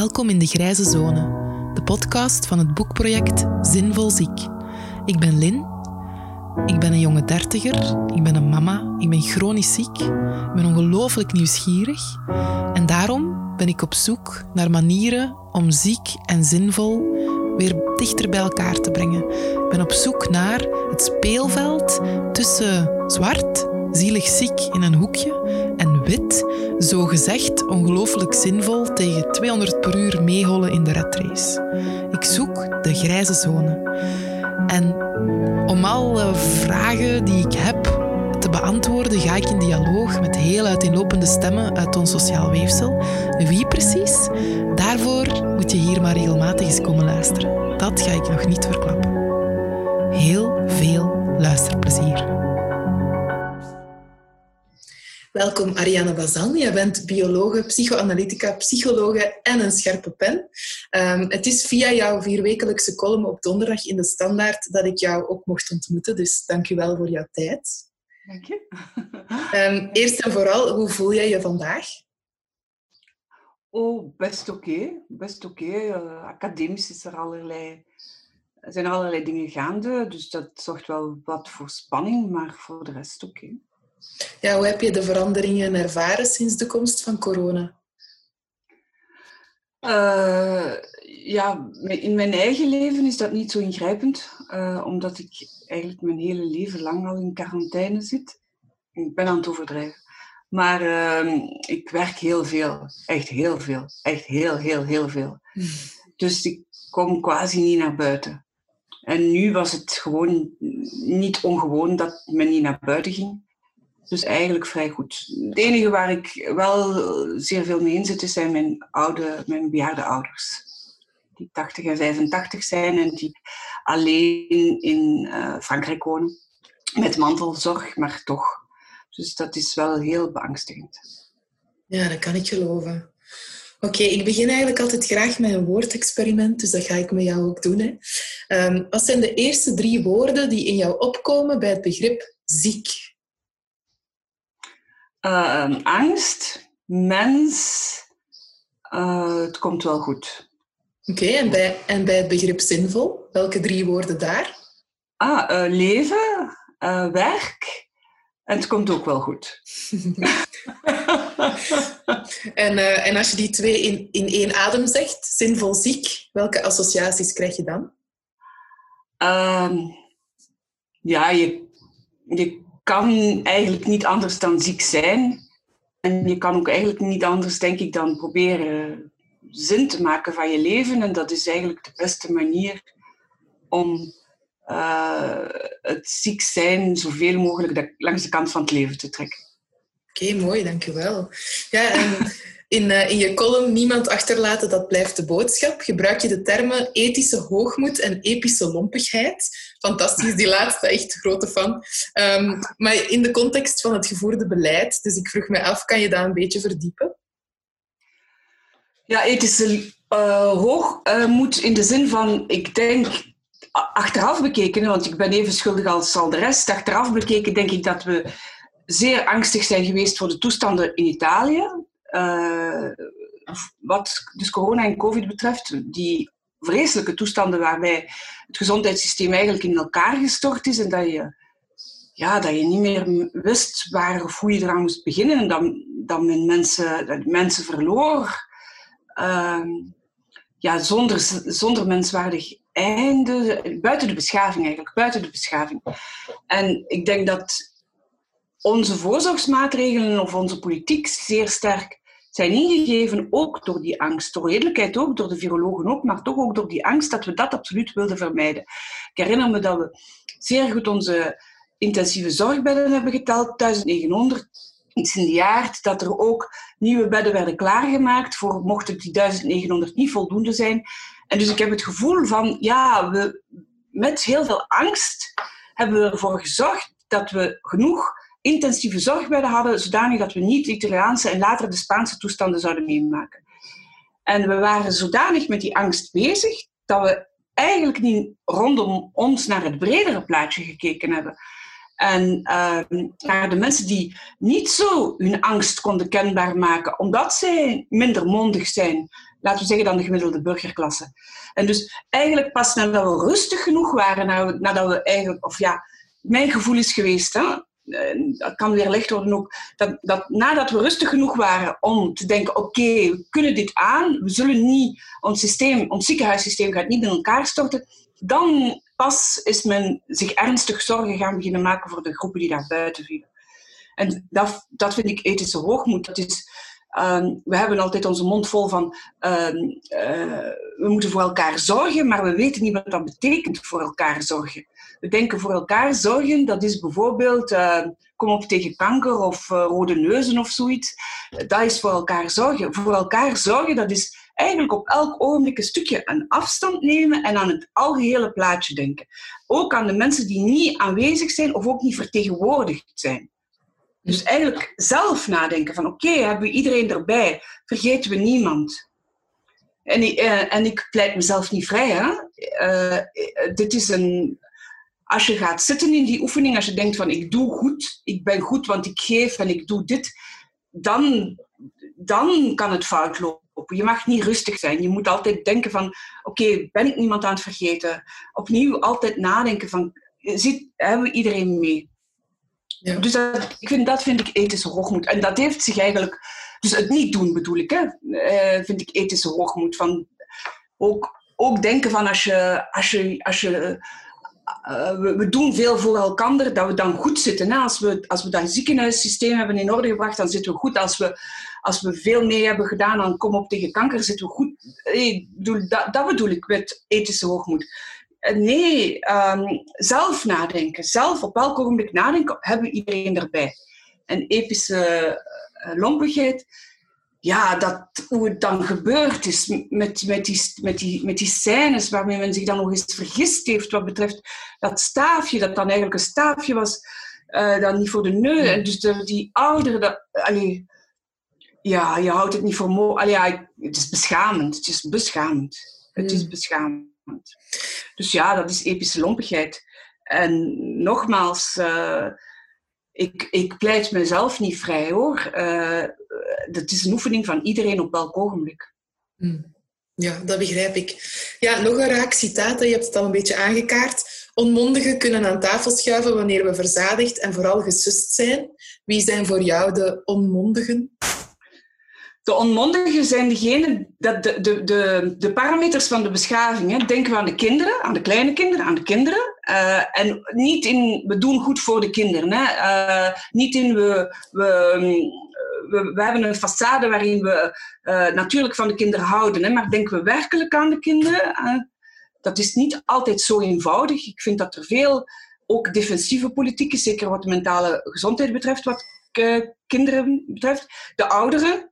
Welkom in de Grijze Zone, de podcast van het boekproject Zinvol Ziek. Ik ben Lin, ik ben een jonge dertiger, ik ben een mama, ik ben chronisch ziek, ik ben ongelooflijk nieuwsgierig en daarom ben ik op zoek naar manieren om ziek en zinvol weer dichter bij elkaar te brengen. Ik ben op zoek naar het speelveld tussen zwart, zielig ziek in een hoekje, en wit, zogezegd ongelooflijk zinvol tegen 200 per uur meehollen in de redrace. Ik zoek de grijze zone. En om alle vragen die ik heb te beantwoorden, ga ik in dialoog met heel uiteenlopende stemmen uit ons sociaal weefsel. Wie precies? Daarvoor moet je hier maar regelmatig eens komen luisteren. Dat ga ik nog niet verklappen. Heel veel luisterplezier. Welkom Ariane Bazan. Jij bent biologe, psychoanalytica, psychologe en een scherpe pen. Het is via jouw 4-wekelijkse column op donderdag in de Standaard dat ik jou ook mocht ontmoeten. Dus dank je wel voor jouw tijd. Dank je. Eerst en vooral, hoe voel jij je vandaag? Oh, best oké. Academisch zijn er allerlei dingen gaande, dus dat zorgt wel wat voor spanning, maar voor de rest oké. Ja, hoe heb je de veranderingen ervaren sinds de komst van corona? In mijn eigen leven is dat niet zo ingrijpend, omdat ik eigenlijk mijn hele leven lang al in quarantaine zit. Ik ben aan het overdrijven. Maar ik werk heel veel. Echt heel veel. Echt heel veel. Dus ik kom quasi niet naar buiten. En nu was het gewoon niet ongewoon dat men niet naar buiten ging. Dus eigenlijk vrij goed. Het enige waar ik wel zeer veel mee in zit, zijn mijn bejaarde ouders. Die 80 en 85 zijn en die alleen in Frankrijk wonen. Met mantelzorg, maar toch. Dus dat is wel heel beangstigend. Ja, dat kan ik geloven. Oké, ik begin eigenlijk altijd graag met een woordexperiment, dus dat ga ik met jou ook doen. Hè. Wat zijn de eerste 3 woorden die in jou opkomen bij het begrip ziek? Angst, mens, het komt wel goed. Oké, en bij het begrip zinvol, welke 3 woorden daar? Leven, werk en het komt ook wel goed. En als je die 2 in 1 adem zegt, zinvol ziek, welke associaties krijg je dan? Je kan eigenlijk niet anders dan ziek zijn. En je kan ook eigenlijk niet anders, denk ik, dan proberen zin te maken van je leven. En dat is eigenlijk de beste manier om het ziek zijn zoveel mogelijk langs de kant van het leven te trekken. Oké, mooi, dankjewel. Ja, en in je column Niemand achterlaten, dat blijft de boodschap, gebruik je de termen ethische hoogmoed en epische lompigheid. Fantastisch, die laatste, echt grote fan. Maar in de context van het gevoerde beleid, dus ik vroeg me af, kan je dat een beetje verdiepen? Ja, ethische hoogmoed in de zin van, ik denk, achteraf bekeken, want ik ben even schuldig als al de rest, achteraf bekeken denk ik dat we zeer angstig zijn geweest voor de toestanden in Italië. Wat dus corona en covid betreft, die vreselijke toestanden waarbij het gezondheidssysteem eigenlijk in elkaar gestort is en dat je niet meer wist waar of hoe je eraan moest beginnen en dat men mensen verloor. Zonder menswaardig einde, buiten de beschaving. En ik denk dat onze voorzorgsmaatregelen of onze politiek zeer sterk zijn ingegeven, ook door die angst. Door redelijkheid ook, door de virologen ook, maar toch ook door die angst dat we dat absoluut wilden vermijden. Ik herinner me dat we zeer goed onze intensieve zorgbedden hebben geteld, 1900, iets in de jaar, dat er ook nieuwe bedden werden klaargemaakt voor mochten die 1900 niet voldoende zijn. En dus ik heb het gevoel van, we met heel veel angst hebben we ervoor gezorgd dat we genoeg intensieve zorgbedden hadden, zodanig dat we niet de Italiaanse en later de Spaanse toestanden zouden meemaken. En we waren zodanig met die angst bezig, dat we eigenlijk niet rondom ons naar het bredere plaatje gekeken hebben. En naar de mensen die niet zo hun angst konden kenbaar maken, omdat zij minder mondig zijn, laten we zeggen dan de gemiddelde burgerklasse. En dus eigenlijk pas nadat we rustig genoeg waren, nadat we eigenlijk, of ja, mijn gevoel is geweest, hè, dat kan weerlegd worden ook, dat nadat we rustig genoeg waren om te denken, oké, we kunnen dit aan, we zullen niet, ons ziekenhuissysteem gaat niet in elkaar storten, dan pas is men zich ernstig zorgen gaan beginnen maken voor de groepen die daar buiten vielen. En dat vind ik ethische hoogmoed. Dat is, we hebben altijd onze mond vol van we moeten voor elkaar zorgen, maar we weten niet wat dat betekent voor elkaar zorgen. We denken voor elkaar zorgen, dat is bijvoorbeeld kom op tegen kanker of rode neuzen of zoiets. Dat is voor elkaar zorgen. Voor elkaar zorgen, dat is eigenlijk op elk ogenblik een stukje een afstand nemen en aan het algehele plaatje denken. Ook aan de mensen die niet aanwezig zijn of ook niet vertegenwoordigd zijn. Dus eigenlijk zelf nadenken van oké, hebben we iedereen erbij? Vergeten we niemand? En ik pleit mezelf niet vrij. Hè? Dit is als je gaat zitten in die oefening, als je denkt van ik doe goed, ik ben goed want ik geef en ik doe dit, dan kan het fout lopen. Je mag niet rustig zijn. Je moet altijd denken van oké, ben ik niemand aan het vergeten? Opnieuw altijd nadenken van hebben we iedereen mee? Ja. Dus dat vind ik ethische hoogmoed. En dat heeft zich eigenlijk... Dus het niet doen bedoel ik, hè, vind ik ethische hoogmoed. Van ook denken van we doen veel voor elkaar, dat we dan goed zitten. Hè? Als we dat ziekenhuissysteem hebben in orde gebracht, dan zitten we goed. Als we veel mee hebben gedaan aan kom op tegen kanker, zitten we goed. Dat bedoel ik met ethische hoogmoed. Nee, zelf nadenken. Zelf op elk ogenblik nadenken, hebben we iedereen erbij. En epische lompigheid, ja, hoe het dan gebeurd is met die scènes waarmee men zich dan nog eens vergist heeft wat betreft dat staafje, dat dan eigenlijk een staafje was, dan niet voor de neus. En dus die ouderen, ja, je houdt het niet voor mogelijk. Het is beschamend. Het is beschamend. Het is beschamend. Dus ja, dat is epische lompigheid. En nogmaals, ik pleit mezelf niet vrij, hoor. Dat is een oefening van iedereen op elk ogenblik. Ja, dat begrijp ik. Ja, nog een raak citaat, je hebt het al een beetje aangekaart. Onmondigen kunnen aan tafel schuiven wanneer we verzadigd en vooral gesust zijn. Wie zijn voor jou de onmondigen? De onmondigen zijn degenen, de parameters van de beschaving. Hè. Denken we aan de kinderen, aan de kleine kinderen, aan de kinderen. En niet in, we doen goed voor de kinderen. Hè. Niet in, we hebben een façade waarin we natuurlijk van de kinderen houden. Hè, maar denken we werkelijk aan de kinderen? Dat is niet altijd zo eenvoudig. Ik vind dat er veel, ook defensieve politiek is, zeker wat de mentale gezondheid betreft, wat kinderen betreft. De ouderen.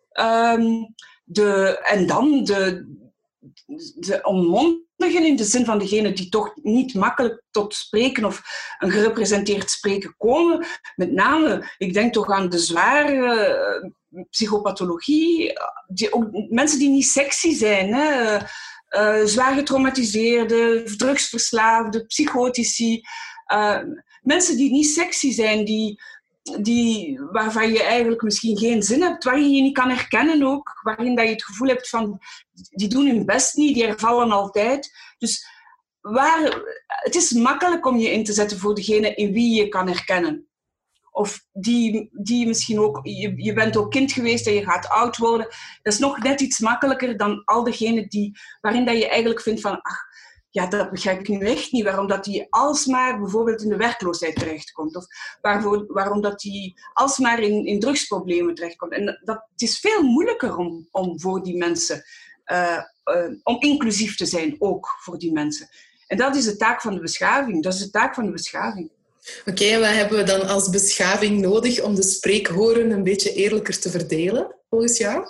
En dan de onmondigen in de zin van degenen die toch niet makkelijk tot spreken of een gerepresenteerd spreken komen. Met name, ik denk toch aan de zware psychopathologie. Ook mensen die niet sexy zijn. Hè. Zwaar getraumatiseerde, drugsverslaafde, psychotici. Mensen die niet sexy zijn, waarvan je eigenlijk misschien geen zin hebt, waarin je niet kan herkennen ook, waarin dat je het gevoel hebt van, die doen hun best niet, die hervallen altijd. Dus het is makkelijk om je in te zetten voor degene in wie je kan herkennen. Of die misschien ook, je bent ook kind geweest en je gaat oud worden. Dat is nog net iets makkelijker dan al degenen waarin dat je eigenlijk vindt van, ja, dat begrijp ik nu echt niet. Waarom dat die alsmaar bijvoorbeeld in de werkloosheid terechtkomt. Of waarom dat die alsmaar in drugsproblemen terechtkomt. En het is veel moeilijker om voor die mensen, om inclusief te zijn ook voor die mensen. En dat is de taak van de beschaving. Oké, en wat hebben we dan als beschaving nodig om de spreekhoren een beetje eerlijker te verdelen, volgens jou?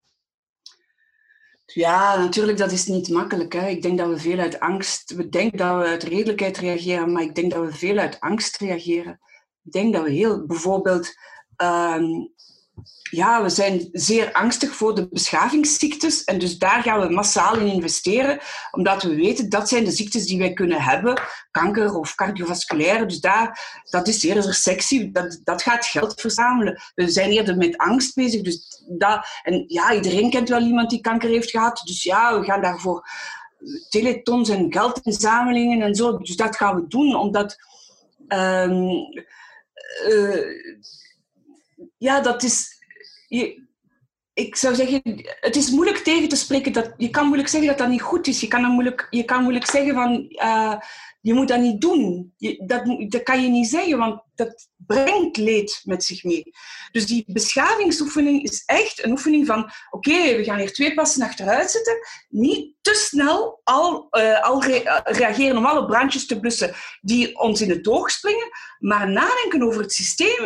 Ja, natuurlijk, dat is niet makkelijk. Hè. Ik denk dat we veel uit angst... We denken dat we uit redelijkheid reageren, maar ik denk dat we veel uit angst reageren. Ik denk dat we bijvoorbeeld... we zijn zeer angstig voor de beschavingsziektes en dus daar gaan we massaal in investeren, omdat we weten dat zijn de ziektes die wij kunnen hebben, kanker of cardiovasculaire. Dus dat is eerder sexy, dat gaat geld verzamelen. We zijn eerder met angst bezig. Dus iedereen kent wel iemand die kanker heeft gehad, dus we gaan daarvoor teletons en geldinzamelingen en zo. Dus dat gaan we doen, omdat dat is... Ik zou zeggen, het is moeilijk tegen te spreken. Je kan moeilijk zeggen dat dat niet goed is. Je kan moeilijk zeggen van, je moet dat niet doen. Dat kan je niet zeggen, want dat brengt leed met zich mee. Dus die beschavingsoefening is echt een oefening van, oké, we gaan hier 2 passen achteruit zetten. Niet te snel reageren om alle brandjes te blussen die ons in het oog springen, maar nadenken over het systeem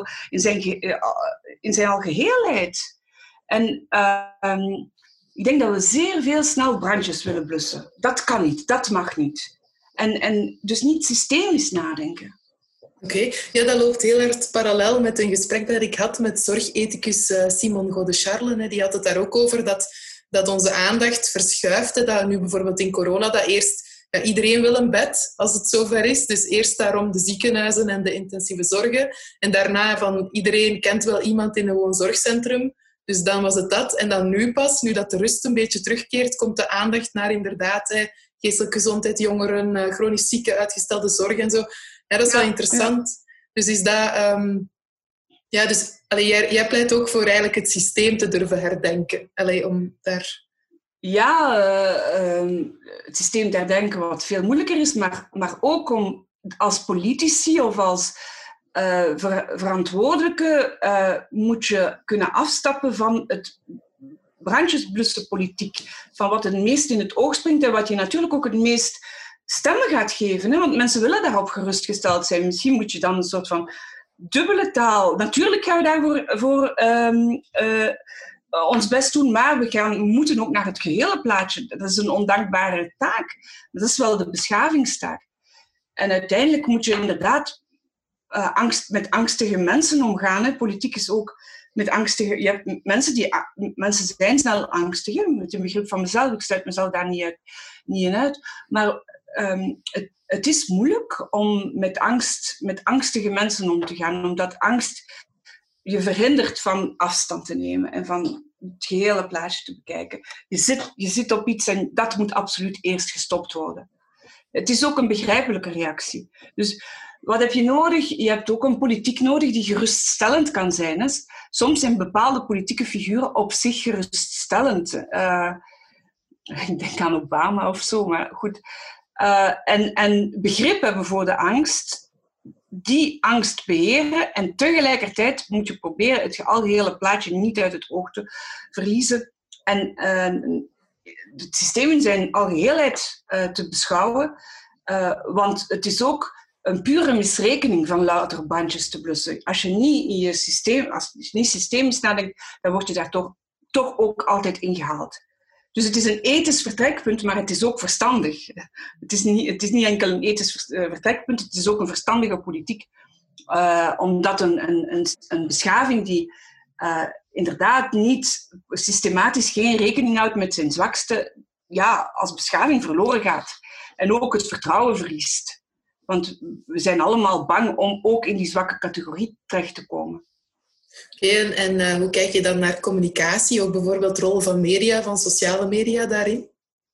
in zijn algeheelheid. En ik denk dat we zeer veel snel brandjes willen blussen. Dat kan niet, dat mag niet. En dus niet systemisch nadenken. Oké. Ja, dat loopt heel erg parallel met een gesprek dat ik had met zorgethicus Simon Godecharle. Die had het daar ook over dat onze aandacht verschuift. Dat nu bijvoorbeeld in corona, dat eerst iedereen wil een bed als het zover is. Dus eerst daarom de ziekenhuizen en de intensieve zorgen. En daarna van iedereen kent wel iemand in een woonzorgcentrum. Dus dan was het dat. En dan nu pas, nu dat de rust een beetje terugkeert, komt de aandacht naar inderdaad geestelijke gezondheid, jongeren, chronisch zieken, uitgestelde zorg en zo. Ja, dat is wel interessant. Ja. Dus is dat... jij pleit ook voor eigenlijk het systeem te durven herdenken. Om daar... Het systeem te herdenken wat veel moeilijker is, maar ook om als politici of als verantwoordelijke moet je kunnen afstappen van het brandjesblussenpolitiek, van wat het meest in het oog springt en wat je natuurlijk ook het meest stemmen gaat geven. Hè? Want mensen willen daarop gerustgesteld zijn. Misschien moet je dan een soort van dubbele taal... Natuurlijk gaan we daarvoor ons best doen, maar we moeten ook naar het gehele plaatje. Dat is een ondankbare taak. Dat is wel de beschavingstaak. En uiteindelijk moet je inderdaad met angstige mensen omgaan. Hè. Politiek is ook met angstige... Je hebt mensen zijn snel angstig. Hè. Met een begrip van mezelf. Ik sluit mezelf daar niet in uit. Maar het is moeilijk om met angstige mensen om te gaan. Omdat angst je verhindert van afstand te nemen. En van het gehele plaatje te bekijken. Je zit op iets en dat moet absoluut eerst gestopt worden. Het is ook een begrijpelijke reactie. Dus wat heb je nodig? Je hebt ook een politiek nodig die geruststellend kan zijn. Hè? Soms zijn bepaalde politieke figuren op zich geruststellend. Ik denk aan Obama of zo, maar goed. En begrip hebben voor de angst, die angst beheren en tegelijkertijd moet je proberen het algehele plaatje niet uit het oog te verliezen en het systeem in zijn algeheelheid te beschouwen, want het is ook een pure misrekening van louter bandjes te blussen. Als je niet systemisch nadenkt, dan word je daar toch ook altijd ingehaald. Dus het is een ethisch vertrekpunt, maar het is ook verstandig. Het is niet enkel een ethisch vertrekpunt, het is ook een verstandige politiek. Omdat een beschaving die inderdaad niet systematisch geen rekening houdt met zijn zwakste, als beschaving verloren gaat. En ook het vertrouwen verliest. Want we zijn allemaal bang om ook in die zwakke categorie terecht te komen. Oké, en hoe kijk je dan naar communicatie? Ook bijvoorbeeld de rol van media, van sociale media daarin?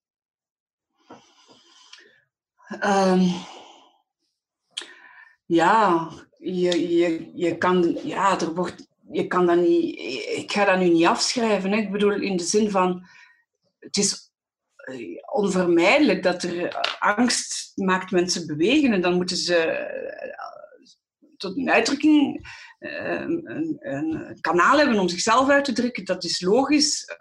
Je kan dat niet... Ik ga dat nu niet afschrijven. Hè. Ik bedoel, in de zin van... Het is onvermijdelijk dat er angst maakt mensen bewegen en dan moeten ze tot een uitdrukking een kanaal hebben om zichzelf uit te drukken. Dat is logisch.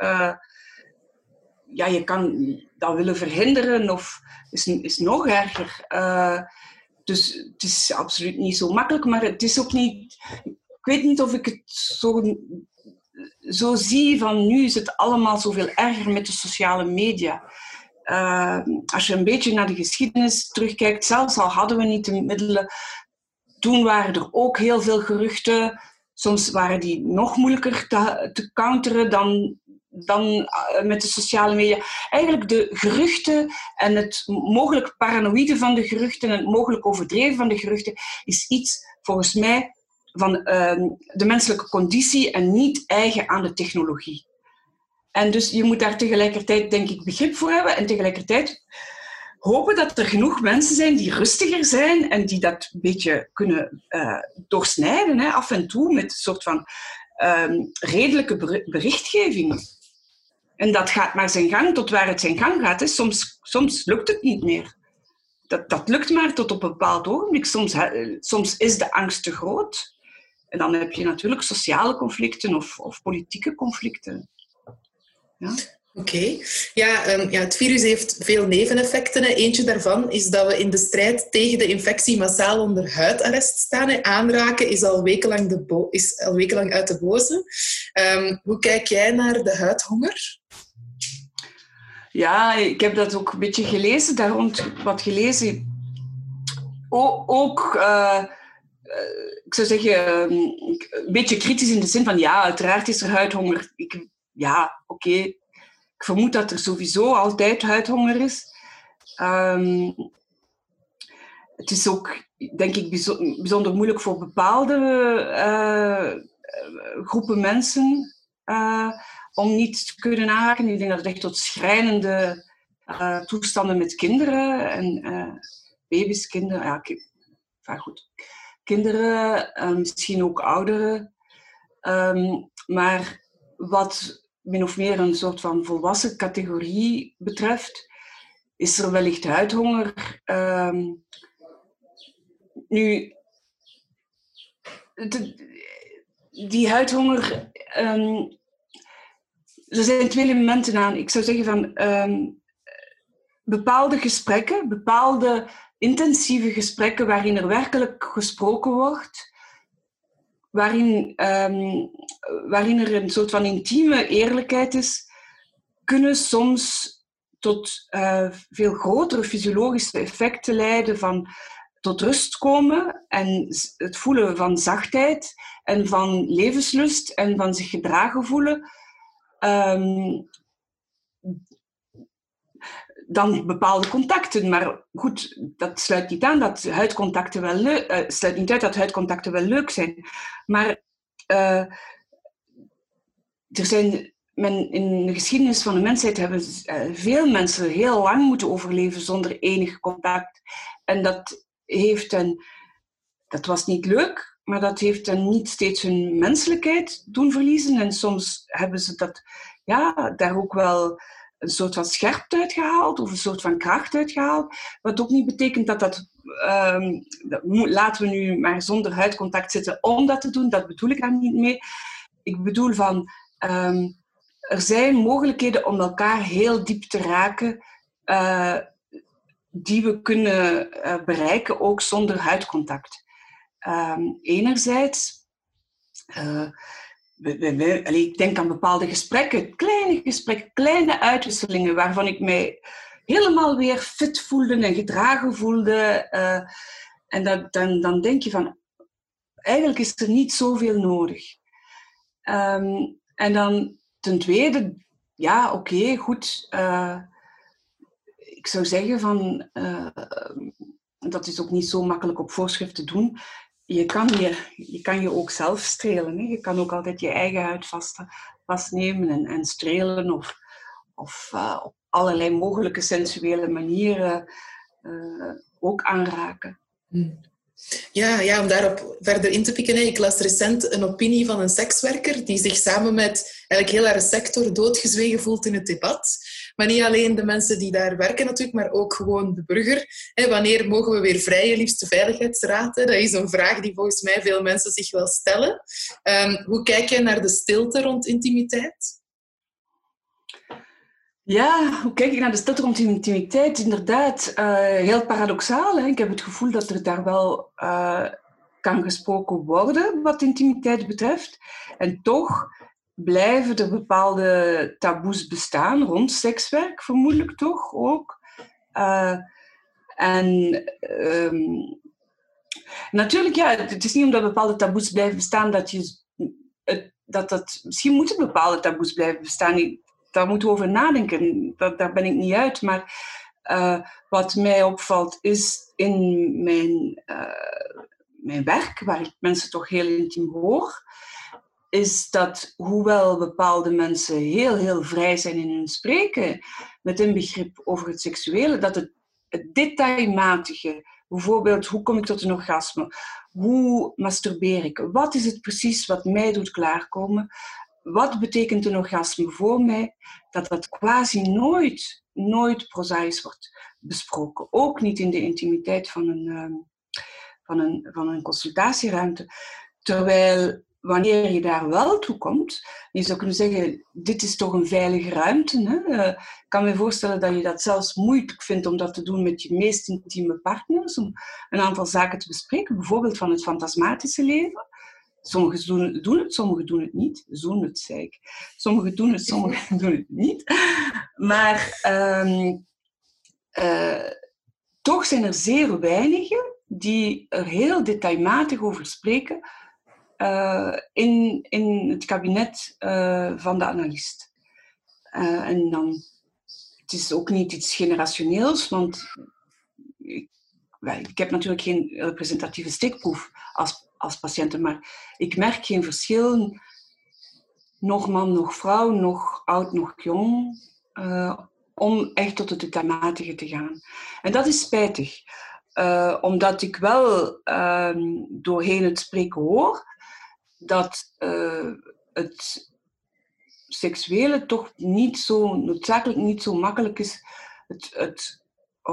Je kan dat willen verhinderen of is nog erger. Dus het is absoluut niet zo makkelijk, maar het is ook niet... Ik weet niet of ik het zo zie van nu is het allemaal zoveel erger met de sociale media. Als je een beetje naar de geschiedenis terugkijkt, zelfs al hadden we niet de middelen, toen waren er ook heel veel geruchten. Soms waren die nog moeilijker te counteren dan met de sociale media. Eigenlijk de geruchten en het mogelijk paranoïde van de geruchten en het mogelijk overdreven van de geruchten is iets, volgens mij, van de menselijke conditie en niet eigen aan de technologie. En dus je moet daar tegelijkertijd, denk ik, begrip voor hebben en tegelijkertijd hopen dat er genoeg mensen zijn die rustiger zijn en die dat een beetje kunnen doorsnijden, hè, af en toe met een soort van redelijke berichtgeving. En dat gaat maar zijn gang tot waar het zijn gang gaat. Hè. Soms lukt het niet meer. Dat lukt maar tot op een bepaald ogenblik. Soms is de angst te groot. En dan heb je natuurlijk sociale conflicten of politieke conflicten. Ja. Oké. Ja, het virus heeft veel neveneffecten. Eentje daarvan is dat we in de strijd tegen de infectie massaal onder huidarrest staan. Aanraken is al wekenlang uit de boze. Hoe kijk jij naar de huidhonger? Ja, ik heb dat ook een beetje gelezen, daar rond wat gelezen. Ook ik zou zeggen, een beetje kritisch in de zin van, ja, uiteraard is er huidhonger. Oké. Ik vermoed dat er sowieso altijd huidhonger is. Het is ook, denk ik, bijzonder moeilijk voor bepaalde groepen mensen om niet te kunnen aanraken. Ik denk dat het echt tot schrijnende toestanden met kinderen en baby's, kinderen, kinderen, misschien ook ouderen. Maar wat min of meer een soort van volwassen categorie betreft, is er wellicht huidhonger. Die huidhonger... er zijn twee elementen aan. Ik zou zeggen van bepaalde gesprekken, bepaalde intensieve gesprekken waarin er werkelijk gesproken wordt, waarin er een soort van intieme eerlijkheid is, kunnen soms tot veel grotere fysiologische effecten leiden van tot rust komen en het voelen van zachtheid en van levenslust en van zich gedragen voelen. Dan bepaalde contacten. Maar goed, dat sluit niet aan dat huidcontacten sluit niet uit dat huidcontacten wel leuk zijn. Maar er zijn... in de geschiedenis van de mensheid hebben veel mensen heel lang moeten overleven zonder enig contact. En dat was niet leuk, maar dat heeft hen niet steeds hun menselijkheid doen verliezen. En soms hebben ze daar ook wel een soort van scherpte uitgehaald of een soort van kracht uitgehaald. Wat ook niet betekent laten we nu maar zonder huidcontact zitten om dat te doen. Dat bedoel ik daar niet mee. Ik bedoel van... er zijn mogelijkheden om elkaar heel diep te raken die we kunnen bereiken, ook zonder huidcontact. Enerzijds, ik denk aan bepaalde gesprekken, kleine uitwisselingen waarvan ik mij helemaal weer fit voelde en gedragen voelde. En dan denk je van, eigenlijk is er niet zoveel nodig. En dan ten tweede, goed. Ik zou zeggen van, dat is ook niet zo makkelijk op voorschrift te doen. Je kan je ook zelf strelen. Hè. Je kan ook altijd je eigen huid vastnemen en strelen of op allerlei mogelijke sensuele manieren ook aanraken. Ja, om daarop verder in te pikken. Ik las recent een opinie van een sekswerker die zich samen met eigenlijk heel haar sector doodgezwegen voelt in het debat. Maar niet alleen de mensen die daar werken natuurlijk, maar ook gewoon de burger. Wanneer mogen we weer vrij, je liefste veiligheidsraad? Dat is een vraag die volgens mij veel mensen zich wel stellen. Hoe kijk jij naar de stilte rond intimiteit? Ja, hoe kijk ik naar de stilte rond intimiteit? Inderdaad, heel paradoxaal. Hè? Ik heb het gevoel dat er daar wel kan gesproken worden wat intimiteit betreft. En toch blijven er bepaalde taboes bestaan rond sekswerk, vermoedelijk toch ook. Natuurlijk, het is niet omdat bepaalde taboes blijven bestaan dat je misschien moeten bepaalde taboes blijven bestaan. Daar moeten we over nadenken. Daar ben ik niet uit. Maar wat mij opvalt is in mijn werk, waar ik mensen toch heel intiem hoor, is dat hoewel bepaalde mensen heel, heel vrij zijn in hun spreken, met een begrip over het seksuele, dat het detailmatige, bijvoorbeeld hoe kom ik tot een orgasme, hoe masturbeer ik, wat is het precies wat mij doet klaarkomen, wat betekent een orgasme voor mij, dat quasi nooit prozaïs wordt besproken. Ook niet in de intimiteit van een consultatieruimte. Terwijl wanneer je daar wel toe komt, je zou kunnen zeggen, dit is toch een veilige ruimte. Hè? Ik kan me voorstellen dat je dat zelfs moeilijk vindt om dat te doen met je meest intieme partners, om een aantal zaken te bespreken, bijvoorbeeld van het fantasmatische leven. Sommigen doen het, sommigen doen het niet. Doen het, zei ik. Sommigen doen het, sommigen doen het niet. Maar toch zijn er zeer weinigen die er heel detailmatig over spreken in het kabinet van de analist. En dan, het is ook niet iets generationeels, want ik heb natuurlijk geen representatieve steekproef als patiënten, maar ik merk geen verschil, nog man, nog vrouw, nog oud, nog jong, om echt tot het detailmatige te gaan. En dat is spijtig, omdat ik wel doorheen het spreken hoor dat het seksuele toch niet zo noodzakelijk niet zo makkelijk is. Het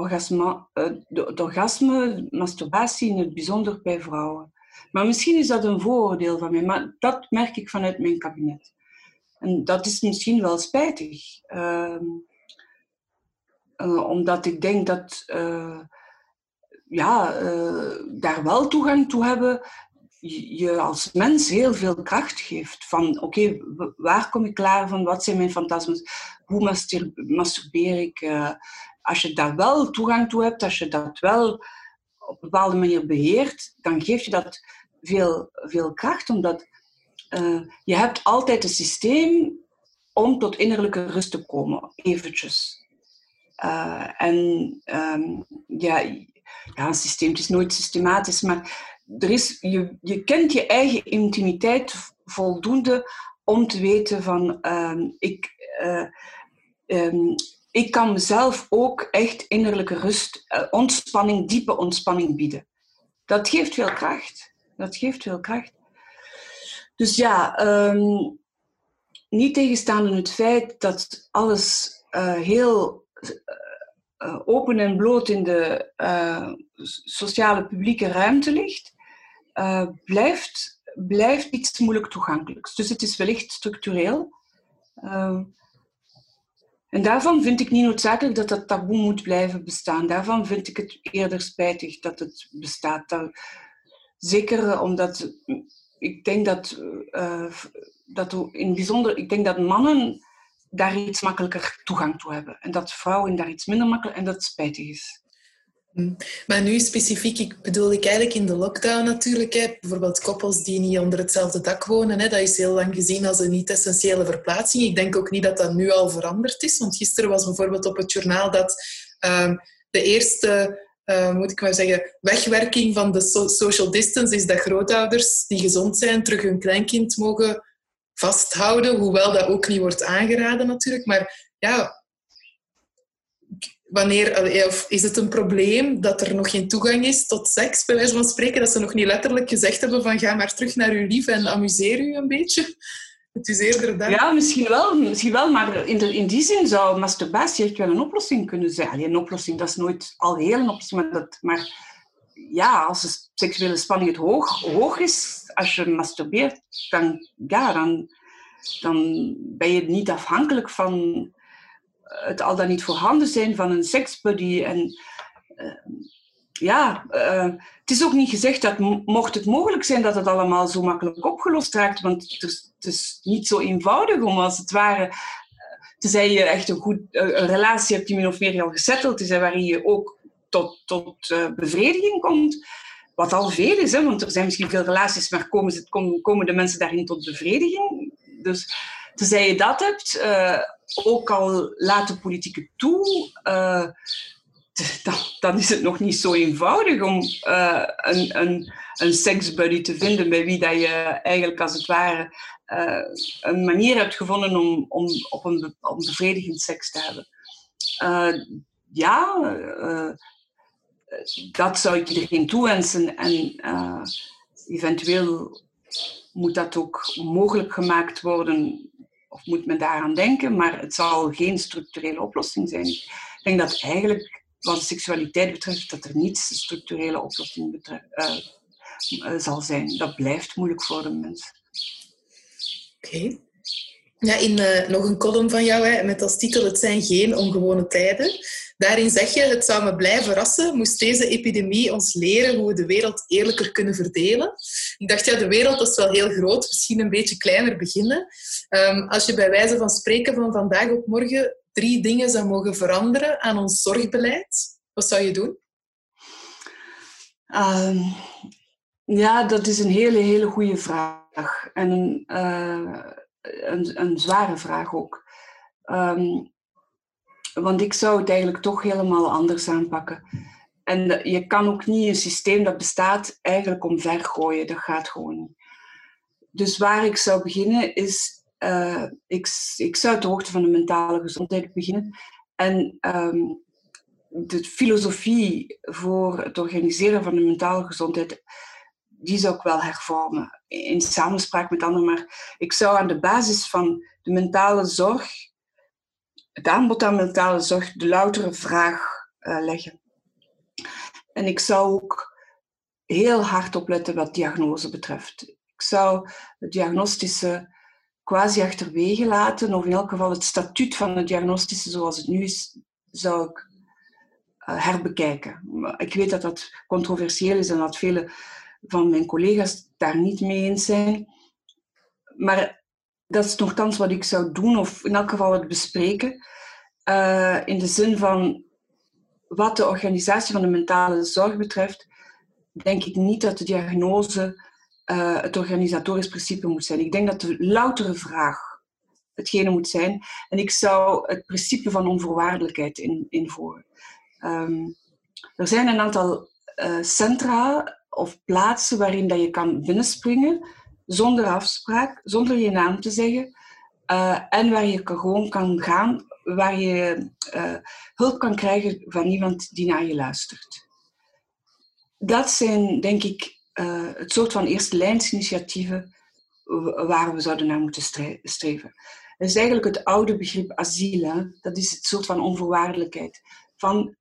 orgasme, masturbatie in het bijzonder bij vrouwen. Maar misschien is dat een vooroordeel van mij, maar dat merk ik vanuit mijn kabinet. En dat is misschien wel spijtig. Omdat ik denk dat daar wel toegang toe hebben, je als mens heel veel kracht geeft. Van oké, waar kom ik klaar van? Wat zijn mijn fantasmes? Hoe masturbeer ik? Als je daar wel toegang toe hebt, als je dat wel op een bepaalde manier beheert, dan geeft je dat veel kracht, omdat je hebt altijd een systeem om tot innerlijke rust te komen, eventjes. Een systeem, het is nooit systematisch, maar je kent je eigen intimiteit voldoende om te weten van ik kan mezelf ook echt innerlijke rust, ontspanning, diepe ontspanning bieden. Dat geeft veel kracht. Dus ja, niet tegenstaande het feit dat alles heel open en bloot in de sociale publieke ruimte ligt, blijft iets moeilijk toegankelijks. Dus het is wellicht structureel. En daarvan vind ik niet noodzakelijk dat dat taboe moet blijven bestaan. Daarvan vind ik het eerder spijtig dat het bestaat. Zeker omdat ik denk dat in het bijzonder, ik denk dat mannen daar iets makkelijker toegang toe hebben. En dat vrouwen daar iets minder makkelijk, en dat spijtig is. Maar nu specifiek, bedoel ik eigenlijk in de lockdown natuurlijk. Hè. Bijvoorbeeld koppels die niet onder hetzelfde dak wonen. Hè. Dat is heel lang gezien als een niet-essentiële verplaatsing. Ik denk ook niet dat dat nu al veranderd is. Want gisteren was bijvoorbeeld op het journaal dat de eerste wegwerking van de social distance is dat grootouders die gezond zijn terug hun kleinkind mogen vasthouden. Hoewel dat ook niet wordt aangeraden natuurlijk. Maar ja... Of is het een probleem dat er nog geen toegang is tot seks, bij wijze van spreken, dat ze nog niet letterlijk gezegd hebben van ga maar terug naar uw lief en amuseer u een beetje? Het is eerder dat. Ja, misschien wel, maar in die zin zou masturbatie echt wel een oplossing kunnen zijn. Allee, een oplossing, dat is nooit al heel een oplossing, maar ja, als de seksuele spanning hoog is, als je masturbeert, dan ben je niet afhankelijk van het al dan niet voorhanden zijn van een seksbuddy. En het is ook niet gezegd dat mocht het mogelijk zijn dat het allemaal zo makkelijk opgelost raakt, want het is niet zo eenvoudig om als het ware, tenzij je echt een relatie hebt die min of meer al gesetteld is en waarin je ook tot bevrediging komt, Wat al veel is, hè, want er zijn misschien veel relaties, maar komen de mensen daarin tot bevrediging? Dus tenzij je dat hebt, ook al laten politieken toe, dan is het nog niet zo eenvoudig om een seksbuddy te vinden bij wie dat je eigenlijk als het ware een manier hebt gevonden om bevredigend seks te hebben. Dat zou ik iedereen toewensen en eventueel moet dat ook mogelijk gemaakt worden of moet men daaraan denken, maar het zal geen structurele oplossing zijn. Ik denk dat eigenlijk wat seksualiteit betreft dat er niets structurele oplossing zal zijn. Dat blijft moeilijk voor de mens. Oké. Ja, in nog een column van jou, met als titel Het zijn geen ongewone tijden. Daarin zeg je, het zou me blij verrassen moest deze epidemie ons leren hoe we de wereld eerlijker kunnen verdelen. Ik dacht, de wereld is wel heel groot, misschien een beetje kleiner beginnen. Als je bij wijze van spreken van vandaag op morgen 3 dingen zou mogen veranderen aan ons zorgbeleid, wat zou je doen? Dat is een hele goede vraag. En een zware vraag ook. Want ik zou het eigenlijk toch helemaal anders aanpakken. En je kan ook niet een systeem dat bestaat eigenlijk omvergooien. Dat gaat gewoon niet. Dus waar ik zou beginnen is... ik zou ter hoogte van de mentale gezondheid beginnen. En de filosofie voor het organiseren van de mentale gezondheid... die zou ik wel hervormen, in samenspraak met anderen. Maar ik zou aan de basis van de mentale zorg, het aanbod aan mentale zorg, de loutere vraag leggen. En ik zou ook heel hard opletten wat diagnose betreft. Ik zou het diagnostische quasi achterwege laten, of in elk geval het statuut van het diagnostische zoals het nu is, zou ik herbekijken. Ik weet dat dat controversieel is en dat vele van mijn collega's daar niet mee eens zijn. Maar dat is nogthans wat ik zou doen, of in elk geval het bespreken. In de zin van wat de organisatie van de mentale zorg betreft, denk ik niet dat de diagnose het organisatorisch principe moet zijn. Ik denk dat de loutere vraag hetgene moet zijn. En ik zou het principe van onvoorwaardelijkheid invoeren. Er zijn een aantal centra of plaatsen waarin dat je kan binnenspringen zonder afspraak, zonder je naam te zeggen. En waar je gewoon kan gaan, waar je hulp kan krijgen van iemand die naar je luistert. Dat zijn, denk ik, het soort van eerste lijnsinitiatieven waar we zouden naar moeten streven. Dat is eigenlijk het oude begrip asiel. Hè? Dat is het soort van onvoorwaardelijkheid. Van,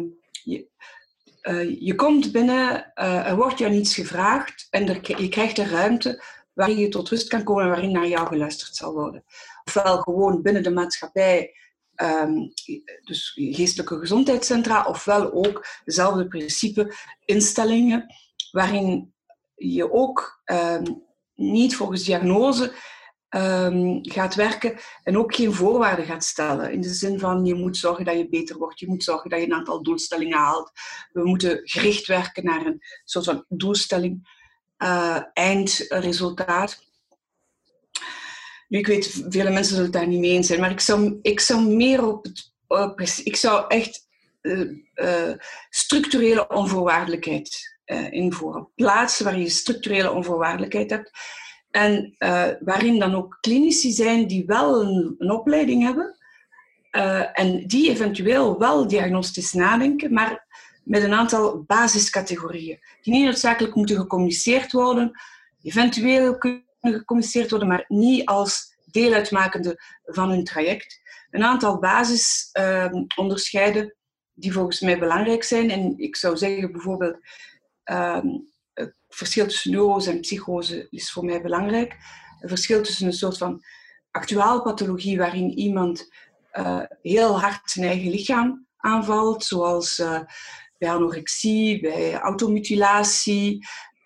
je komt binnen, er wordt jou niets gevraagd en je krijgt een ruimte waarin je tot rust kan komen en waarin naar jou geluisterd zal worden. Ofwel gewoon binnen de maatschappij, dus geestelijke gezondheidscentra, ofwel ook dezelfde principe instellingen waarin je ook niet volgens diagnose gaat werken en ook geen voorwaarden gaat stellen. In de zin van, je moet zorgen dat je beter wordt, je moet zorgen dat je een aantal doelstellingen haalt. We moeten gericht werken naar een soort van doelstelling, eindresultaat. Nu, ik weet, vele mensen zullen het daar niet mee eens zijn, maar ik zou meer op het... ik zou echt structurele onvoorwaardelijkheid invoeren. Plaatsen waar je structurele onvoorwaardelijkheid hebt. En waarin dan ook klinici zijn die wel een opleiding hebben en die eventueel wel diagnostisch nadenken, maar met een aantal basiscategorieën. Die niet noodzakelijk moeten gecommuniceerd worden, eventueel kunnen gecommuniceerd worden, maar niet als deel uitmakende van hun traject. Een aantal basisonderscheiden die volgens mij belangrijk zijn. En ik zou zeggen bijvoorbeeld... Het verschil tussen neurose en psychose is voor mij belangrijk. Het verschil tussen een soort van actuaalpathologie waarin iemand heel hard zijn eigen lichaam aanvalt, zoals bij anorexie, bij automutilatie,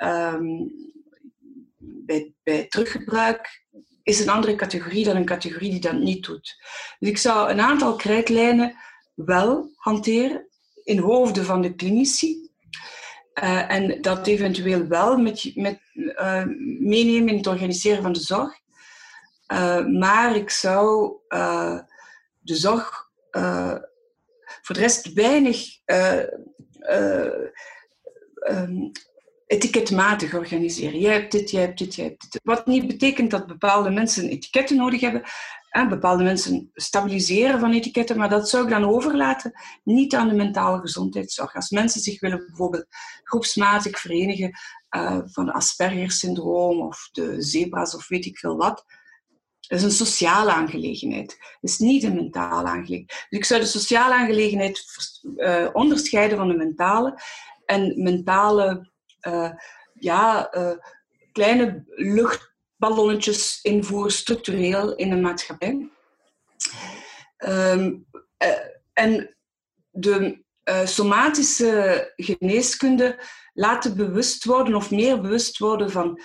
bij teruggebruik, is een andere categorie dan een categorie die dat niet doet. Dus ik zou een aantal krijtlijnen wel hanteren in hoofden van de klinici. En dat eventueel wel meenemen in het organiseren van de zorg. Maar ik zou de zorg voor de rest weinig etiketmatig organiseren. Jij hebt dit, jij hebt dit, jij hebt dit. Wat niet betekent dat bepaalde mensen etiketten nodig hebben. Bepaalde mensen stabiliseren van etiketten, maar dat zou ik dan overlaten niet aan de mentale gezondheidszorg. Als mensen zich willen bijvoorbeeld groepsmatig verenigen van Asperger-syndroom of de zebra's of weet ik veel wat, dat is een sociale aangelegenheid. Dat is niet een mentale aangelegenheid. Dus ik zou de sociale aangelegenheid onderscheiden van de mentale. En mentale, kleine luchtballonnetjes invoeren structureel in een maatschappij. En de somatische geneeskunde laten bewust worden of meer bewust worden van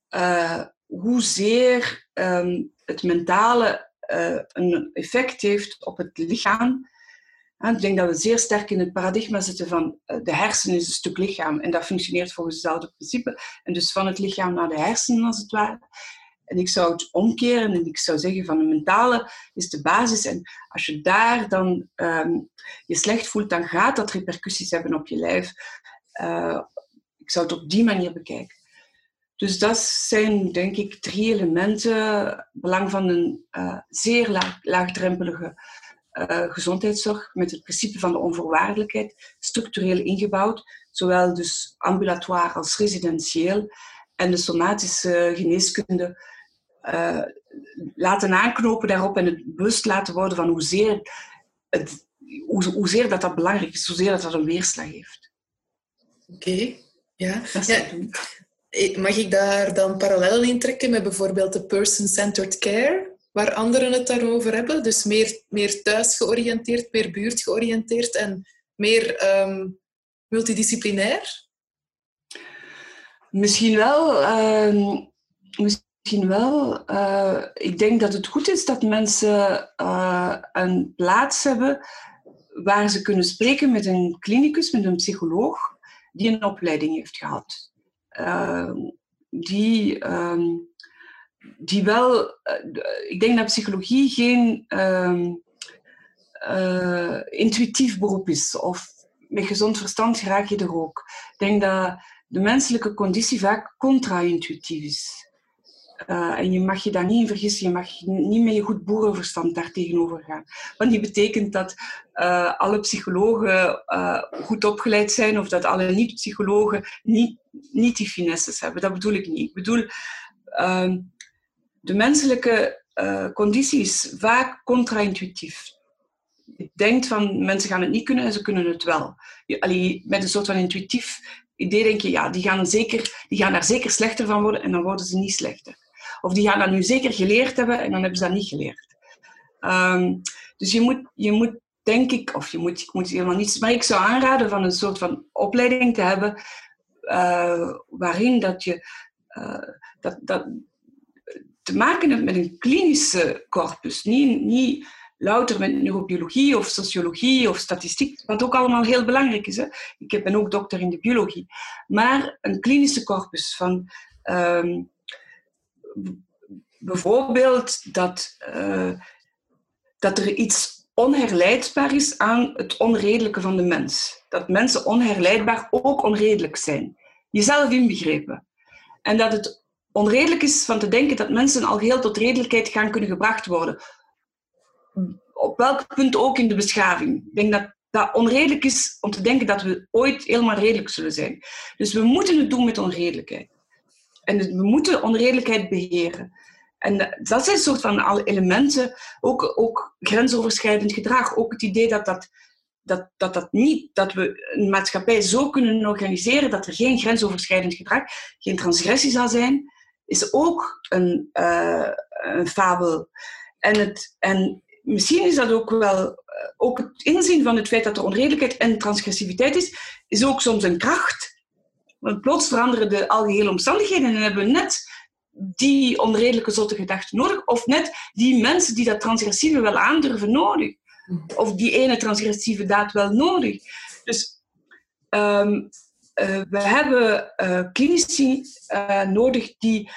hoezeer het mentale een effect heeft op het lichaam. Ik denk dat we zeer sterk in het paradigma zitten van de hersenen is een stuk lichaam en dat functioneert volgens hetzelfde principe. En dus van het lichaam naar de hersenen als het ware. En ik zou het omkeren en ik zou zeggen van de mentale is de basis. En als je daar dan je slecht voelt, dan gaat dat repercussies hebben op je lijf. Ik zou het op die manier bekijken. Dus dat zijn, denk ik, 3 elementen. Belang van een zeer laagdrempelige gezondheidszorg met het principe van de onvoorwaardelijkheid, structureel ingebouwd, zowel dus ambulatoire als residentieel, en de somatische geneeskunde laten aanknopen daarop en het bewust laten worden van hoezeer dat belangrijk is, hoezeer dat een weerslag heeft. Oké. Ja. Mag ik daar dan parallellen in trekken met bijvoorbeeld de person-centered care, waar anderen het daarover hebben? Dus meer thuisgeoriënteerd, meer buurtgeoriënteerd en meer multidisciplinair? Misschien wel. Ik denk dat het goed is dat mensen een plaats hebben waar ze kunnen spreken met een clinicus, met een psycholoog, die een opleiding heeft gehad. Die wel... ik denk dat psychologie geen intuïtief beroep is. Of met gezond verstand raak je er ook. Ik denk dat de menselijke conditie vaak contra-intuïtief is. En je mag je daar niet in vergissen. Je mag niet met je goed boerenverstand daar tegenover gaan. Want die betekent dat alle psychologen goed opgeleid zijn of dat alle niet-psychologen niet die finesses hebben. Dat bedoel ik niet. Ik bedoel, de menselijke conditie is vaak contra-intuïtief. Je denkt van, mensen gaan het niet kunnen en ze kunnen het wel. Met een soort van intuïtief idee denk je, ja, die gaan daar zeker slechter van worden en dan worden ze niet slechter. Of die gaan dat nu zeker geleerd hebben en dan hebben ze dat niet geleerd. Dus je moet denk ik, ik moet helemaal niets, maar ik zou aanraden van een soort van opleiding te hebben waarin dat je dat te maken hebt met een klinische corpus. Niet louter met neurobiologie of sociologie of statistiek, wat ook allemaal heel belangrijk is. Hè? Ik ben ook dokter in de biologie. Maar een klinische corpus van bijvoorbeeld dat er iets onherleidbaar is aan het onredelijke van de mens. Dat mensen onherleidbaar ook onredelijk zijn. Jezelf inbegrepen. En dat het onredelijk is van te denken dat mensen al geheel tot redelijkheid gaan kunnen gebracht worden. Op welk punt ook in de beschaving. Ik denk dat dat onredelijk is om te denken dat we ooit helemaal redelijk zullen zijn. Dus we moeten het doen met onredelijkheid. En we moeten onredelijkheid beheren. En dat zijn een soort van alle elementen, ook grensoverschrijdend gedrag. Ook het idee dat we een maatschappij zo kunnen organiseren dat er geen grensoverschrijdend gedrag, geen transgressie zal zijn, is ook een fabel. En misschien is dat ook wel... Ook het inzien van het feit dat er onredelijkheid en transgressiviteit is ook soms een kracht. Want plots veranderen de algehele omstandigheden en hebben we net die onredelijke zotte gedachten nodig, of net die mensen die dat transgressieve wel aandurven nodig. Of die ene transgressieve daad wel nodig. Dus we hebben klinici nodig die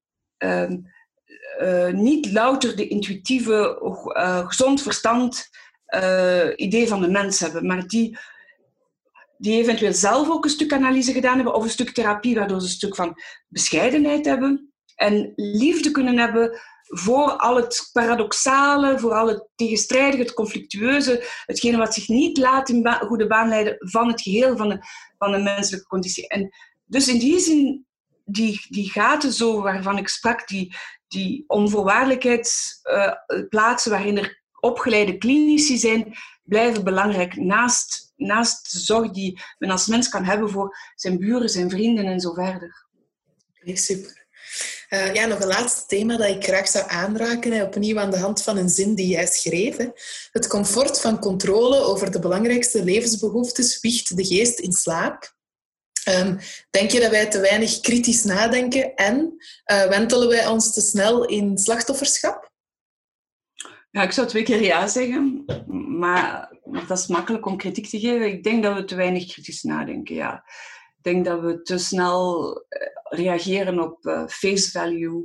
niet louter de intuïtieve, gezond verstand idee van de mens hebben, maar die eventueel zelf ook een stuk analyse gedaan hebben of een stuk therapie, waardoor ze een stuk van bescheidenheid hebben en liefde kunnen hebben voor al het paradoxale, voor al het tegenstrijdige, het conflictueuze, hetgene wat zich niet laat in goede baan leiden van het geheel van de menselijke conditie. En dus in die zin, die gaten zo waarvan ik sprak, die onvoorwaardelijkheidsplaatsen waarin er opgeleide klinici zijn, blijven belangrijk naast de zorg die men als mens kan hebben voor zijn buren, zijn vrienden en zo verder. Okay, super. Nog een laatste thema dat ik graag zou aanraken, opnieuw aan de hand van een zin die jij schreef. Het comfort van controle over de belangrijkste levensbehoeftes wiegt de geest in slaap. Denk je dat wij te weinig kritisch nadenken en wentelen wij ons te snel in slachtofferschap? Ja, ik zou 2 keer ja zeggen, maar dat is makkelijk om kritiek te geven. Ik denk dat we te weinig kritisch nadenken, ja. Ik denk dat we te snel reageren op face value.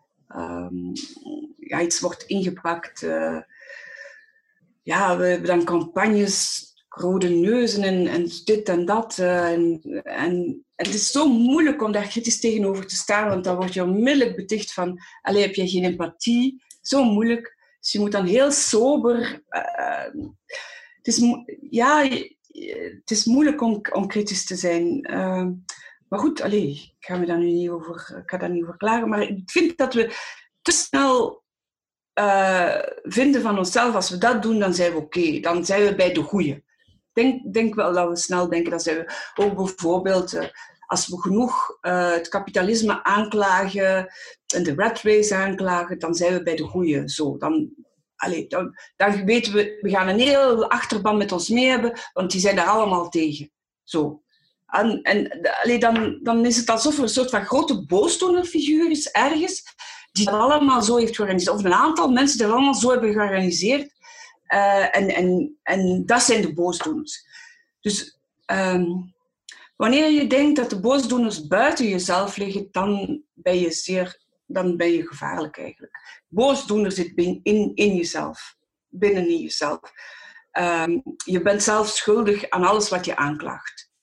Iets wordt ingepakt. We hebben dan campagnes, rode neuzen en dit en dat. En het is zo moeilijk om daar kritisch tegenover te staan, want dan word je onmiddellijk beticht van, heb je geen empathie? Zo moeilijk. Dus je moet dan heel sober... Het is moeilijk om kritisch te zijn. Maar goed, ik ga daar niet over klagen. Maar ik vind dat we te snel vinden van onszelf. Als we dat doen, dan zijn we oké. Dan zijn we bij de goeie. Ik denk wel dat we snel denken. Dat zijn we ook bijvoorbeeld... als we genoeg het kapitalisme aanklagen en de rat race aanklagen, dan zijn we bij de goeie. Zo, dan weten we gaan een heel achterban met ons mee hebben, want die zijn daar allemaal tegen. Zo. Dan is het alsof er een soort van grote boosdoenerfiguur is ergens, die dat allemaal zo heeft georganiseerd. Of een aantal mensen die dat allemaal zo hebben georganiseerd. En dat zijn de boosdoeners. Dus wanneer je denkt dat de boosdoeners buiten jezelf liggen, dan ben je gevaarlijk eigenlijk. Boosdoener zit in jezelf, binnenin jezelf. Je bent zelf schuldig aan alles wat je aanklaagt.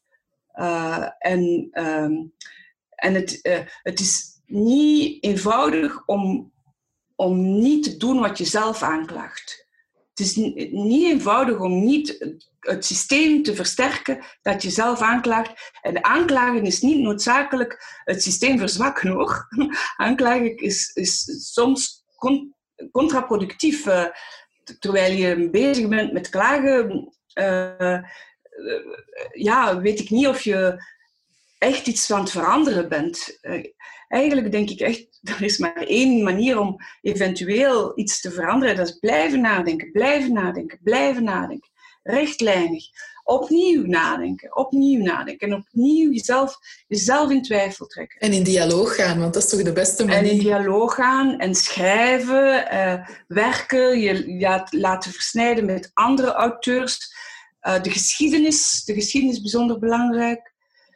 Het is niet eenvoudig om niet te doen wat je zelf aanklaagt. Het is niet eenvoudig om niet het systeem te versterken dat je zelf aanklaagt. En aanklagen is niet noodzakelijk het systeem verzwakken, hoor. Aanklagen is soms contraproductief. Terwijl je bezig bent met klagen, weet ik niet of je echt iets aan het veranderen bent. Eigenlijk denk ik echt, er is maar 1 manier om eventueel iets te veranderen. Dat is blijven nadenken, blijven nadenken, blijven nadenken. Rechtlijnig. Opnieuw nadenken. En opnieuw jezelf in twijfel trekken. En in dialoog gaan, want dat is toch de beste manier? En in dialoog gaan en schrijven, werken, je laten versnijden met andere auteurs. De geschiedenis is bijzonder belangrijk.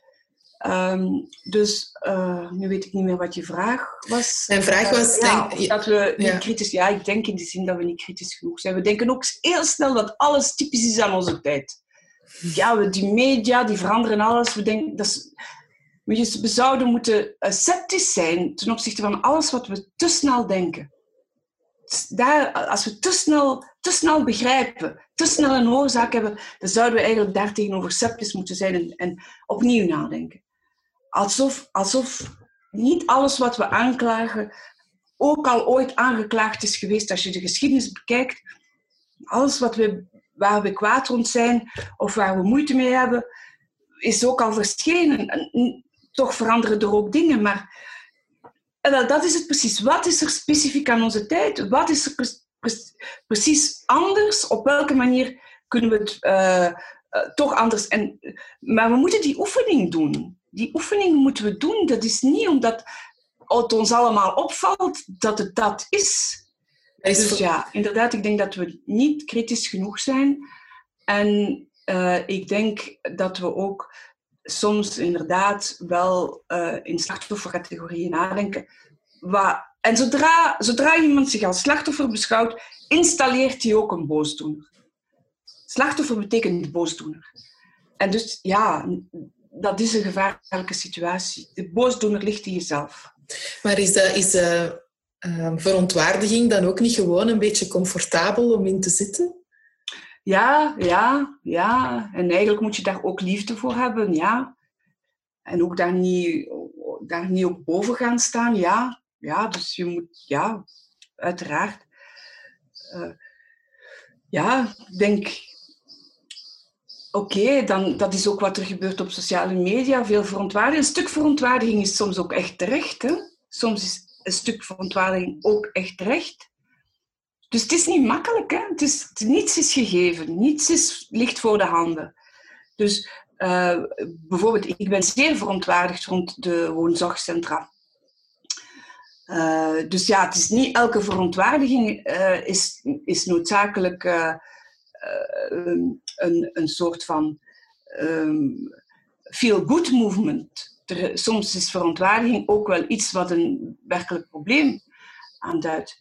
Nu weet ik niet meer wat je vraag was. Mijn vraag was... dat we niet kritisch... Ja, ik denk in die zin dat we niet kritisch genoeg zijn. We denken ook heel snel dat alles typisch is aan onze tijd. Ja, die media, die veranderen alles. We denken... We zouden moeten sceptisch zijn ten opzichte van alles wat we te snel denken. Als we te snel begrijpen, te snel een oorzaak hebben, dan zouden we eigenlijk daar tegenover sceptisch moeten zijn en opnieuw nadenken. Alsof niet alles wat we aanklagen ook al ooit aangeklaagd is geweest. Als je de geschiedenis bekijkt, alles waar we kwaad rond zijn of waar we moeite mee hebben, is ook al verschenen. En toch veranderen er ook dingen, maar dat is het precies. Wat is er specifiek aan onze tijd? Wat is er precies anders? Op welke manier kunnen we het toch anders? Maar we moeten die oefening doen. Die oefening moeten we doen. Dat is niet omdat het ons allemaal opvalt dat het dat is. Dus ja, inderdaad, ik denk dat we niet kritisch genoeg zijn. En ik denk dat we ook soms inderdaad wel in slachtoffercategorieën nadenken. En zodra iemand zich als slachtoffer beschouwt, installeert hij ook een boosdoener. Slachtoffer betekent boosdoener. En dus ja, dat is een gevaarlijke situatie. De boosdoener ligt in jezelf. Maar is verontwaardiging dan ook niet gewoon een beetje comfortabel om in te zitten? Ja. En eigenlijk moet je daar ook liefde voor hebben, ja. En ook daar niet op boven gaan staan, ja. Ja, dus je moet, ja, uiteraard. Ik denk... Oké, dan dat is ook wat er gebeurt op sociale media. Veel verontwaardiging. Een stuk verontwaardiging is soms ook echt terecht. Hè? Soms is een stuk verontwaardiging ook echt terecht. Dus het is niet makkelijk. Hè? Niets is gegeven. Niets ligt voor de handen. Dus bijvoorbeeld, ik ben zeer verontwaardigd rond de woonzorgcentra. Dus ja, het is niet elke verontwaardiging is noodzakelijk... een soort van feel-good movement. Soms is verontwaardiging ook wel iets wat een werkelijk probleem aanduidt.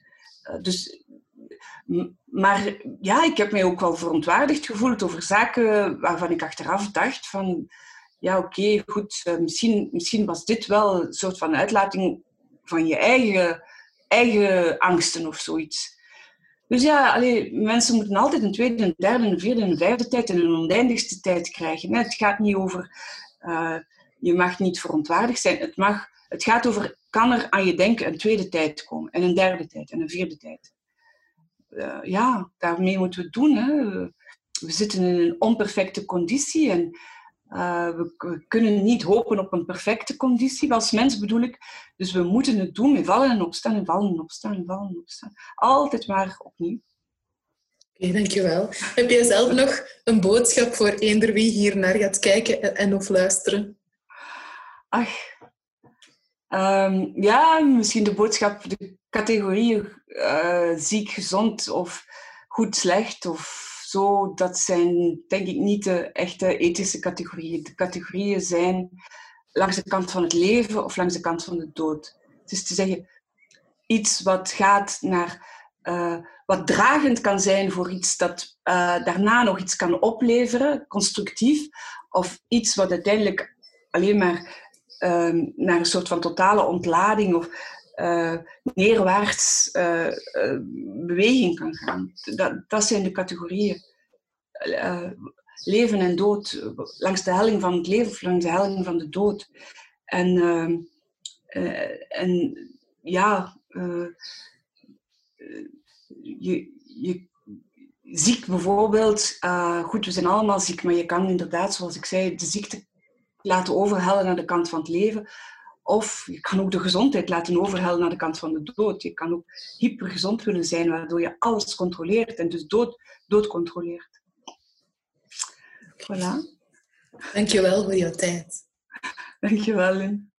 Maar ja, ik heb mij ook wel verontwaardigd gevoeld over zaken waarvan ik achteraf dacht van ja, oké, goed, misschien was dit wel een soort van uitlating van je eigen angsten of zoiets. Dus ja, mensen moeten altijd een tweede, een derde, een vierde, een vijfde tijd en een oneindigste tijd krijgen. Het gaat niet over, je mag niet verontwaardigd zijn. Het gaat over, kan er aan je denken een tweede tijd komen en een derde tijd en een vierde tijd. Daarmee moeten we het doen. Hè. We zitten in een onperfecte conditie en we kunnen niet hopen op een perfecte conditie, als mens bedoel ik. Dus we moeten het doen met vallen en opstaan en vallen en opstaan en vallen en opstaan. Altijd maar opnieuw. Oké, dankjewel. Heb jij zelf nog een boodschap voor eender wie hier naar gaat kijken en of luisteren? Misschien de boodschap, de categorieën ziek, gezond of goed, slecht of zo, dat zijn denk ik niet de echte ethische categorieën. De categorieën zijn langs de kant van het leven of langs de kant van de dood. Het is te zeggen, iets wat gaat naar... wat dragend kan zijn voor iets dat daarna nog iets kan opleveren, constructief, of iets wat uiteindelijk alleen maar naar een soort van totale ontlading of neerwaarts beweging kan gaan. Dat zijn de categorieën. Leven en dood, langs de helling van het leven of langs de helling van de dood. Je ziek bijvoorbeeld, goed, we zijn allemaal ziek, maar je kan inderdaad, zoals ik zei, de ziekte laten overhellen naar de kant van het leven. Of je kan ook de gezondheid laten overhellen naar de kant van de dood. Je kan ook hypergezond willen zijn, waardoor je alles controleert en dus dood controleert. Voilà. Dankjewel voor jouw tijd. Dankjewel, Lynn.